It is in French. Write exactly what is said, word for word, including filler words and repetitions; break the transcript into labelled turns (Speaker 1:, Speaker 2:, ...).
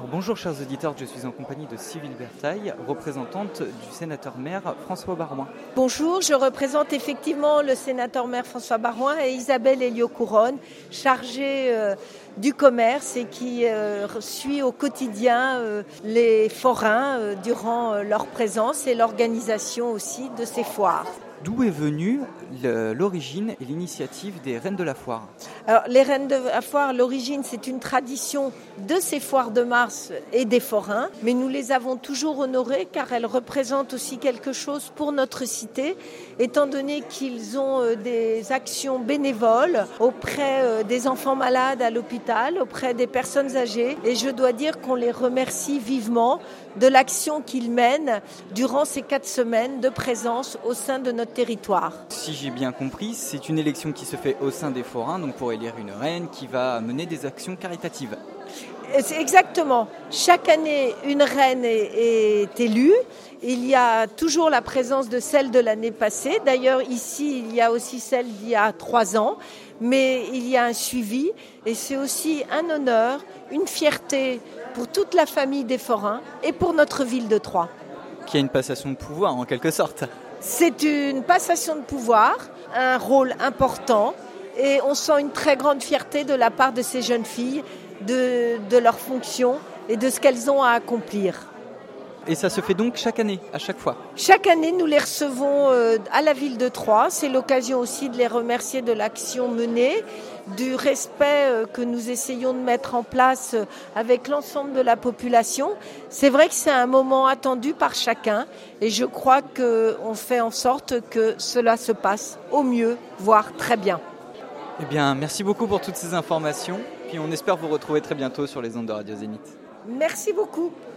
Speaker 1: Bonjour chers auditeurs, je suis en compagnie de Sylvie Bertaille, représentante du sénateur-maire François Baroin.
Speaker 2: Bonjour, je représente effectivement le sénateur-maire François Baroin et Isabelle Héliot-Couronne, chargée euh, du commerce et qui euh, suit au quotidien euh, les forains euh, durant euh, leur présence et l'organisation aussi de ces foires.
Speaker 1: D'où est venue le, l'origine et l'initiative des Reines de la Foire ?
Speaker 2: Alors, les Reines de la Foire, l'origine, c'est une tradition de ces foires de mars et des forains, mais nous les avons toujours honorées car elles représentent aussi quelque chose pour notre cité, étant donné qu'ils ont euh, des actions bénévoles auprès euh, des enfants malades à l'hôpital, auprès des personnes âgées, et je dois dire qu'on les remercie vivement de l'action qu'ils mènent durant ces quatre semaines de présence au sein de notre territoire.
Speaker 1: Si j'ai bien compris, c'est une élection qui se fait au sein des forains, donc pour élire une reine qui va mener des actions caritatives.
Speaker 2: C'est exactement. Chaque année, une reine est, est élue. Il y a toujours la présence de celle de l'année passée. D'ailleurs, ici, il y a aussi celle d'il y a trois ans. Mais il y a un suivi et c'est aussi un honneur, une fierté pour toute la famille des forains et pour notre ville de Troyes.
Speaker 1: Qui a une passation de pouvoir en quelque sorte.
Speaker 2: C'est une passation de pouvoir, un rôle important et on sent une très grande fierté de la part de ces jeunes filles, de, de leurs fonctions et de ce qu'elles ont à accomplir.
Speaker 1: Et ça se fait donc chaque année, à chaque fois ?
Speaker 2: Chaque année, nous les recevons euh, à la ville de Troyes. C'est l'occasion aussi de les remercier de l'action menée, du respect euh, que nous essayons de mettre en place euh, avec l'ensemble de la population. C'est vrai que c'est un moment attendu par chacun et je crois qu'on fait en sorte que cela se passe au mieux, voire très bien.
Speaker 1: Eh bien, merci beaucoup pour toutes ces informations. Puis on espère vous retrouver très bientôt sur les ondes de Radio Zénith.
Speaker 2: Merci beaucoup.